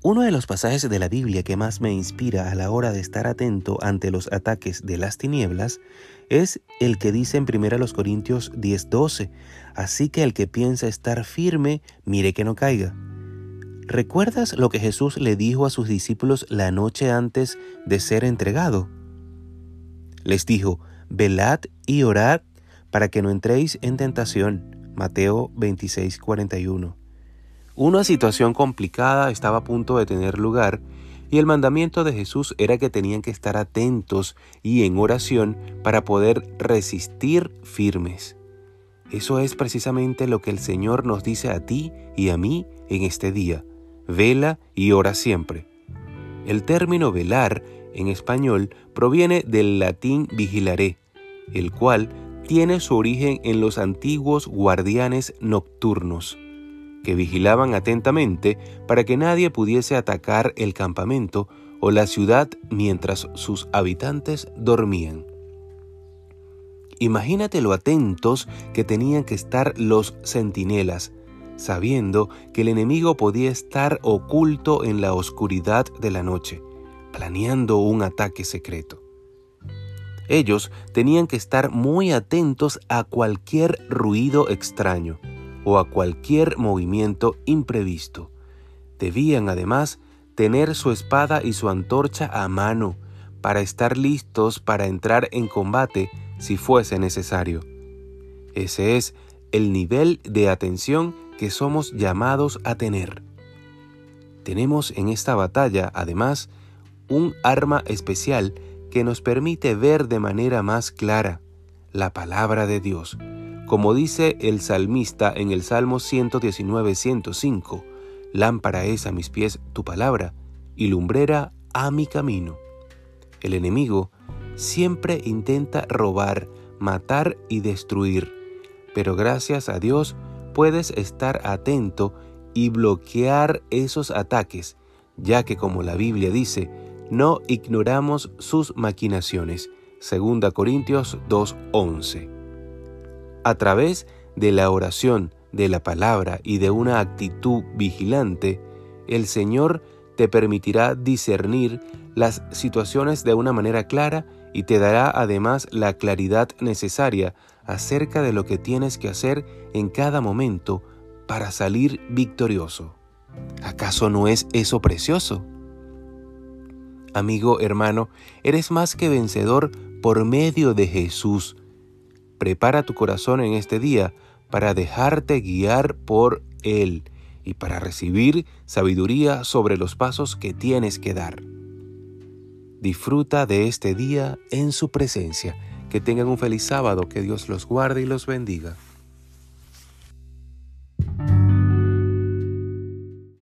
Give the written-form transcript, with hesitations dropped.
Uno de los pasajes de la Biblia que más me inspira a la hora de estar atento ante los ataques de las tinieblas es el que dice en 1 Corintios 10:12, así que el que piensa estar firme, mire que no caiga. ¿Recuerdas lo que Jesús le dijo a sus discípulos la noche antes de ser entregado? Les dijo, velad y orad para que no entréis en tentación. Mateo 26:41. Una situación complicada estaba a punto de tener lugar y el mandamiento de Jesús era que tenían que estar atentos y en oración para poder resistir firmes. Eso es precisamente lo que el Señor nos dice a ti y a mí en este día. Vela y ora siempre. El término velar en español proviene del latín vigilaré, el cual tiene su origen en los antiguos guardianes nocturnos, que vigilaban atentamente para que nadie pudiese atacar el campamento o la ciudad mientras sus habitantes dormían. Imagínate lo atentos que tenían que estar los centinelas, sabiendo que el enemigo podía estar oculto en la oscuridad de la noche, planeando un ataque secreto. Ellos tenían que estar muy atentos a cualquier ruido extraño o a cualquier movimiento imprevisto. Debían además tener su espada y su antorcha a mano para estar listos para entrar en combate si fuese necesario. Ese es el nivel de atención que somos llamados a tener. Tenemos en esta batalla, además, un arma especial que nos permite ver de manera más clara la palabra de Dios. Como dice el salmista en el Salmo 119:105, lámpara es a mis pies tu palabra y lumbrera a mi camino. El enemigo siempre intenta robar, matar y destruir, pero gracias a Dios puedes estar atento y bloquear esos ataques, ya que como la Biblia dice, no ignoramos sus maquinaciones. 2 Corintios 2:11. A través de la oración, de la palabra y de una actitud vigilante, el Señor te permitirá discernir las situaciones de una manera clara y te dará además la claridad necesaria acerca de lo que tienes que hacer en cada momento para salir victorioso. ¿Acaso no es eso precioso? Amigo, hermano, eres más que vencedor por medio de Jesús. Prepara tu corazón en este día para dejarte guiar por Él y para recibir sabiduría sobre los pasos que tienes que dar. Disfruta de este día en su presencia. Que tengan un feliz sábado, que Dios los guarde y los bendiga.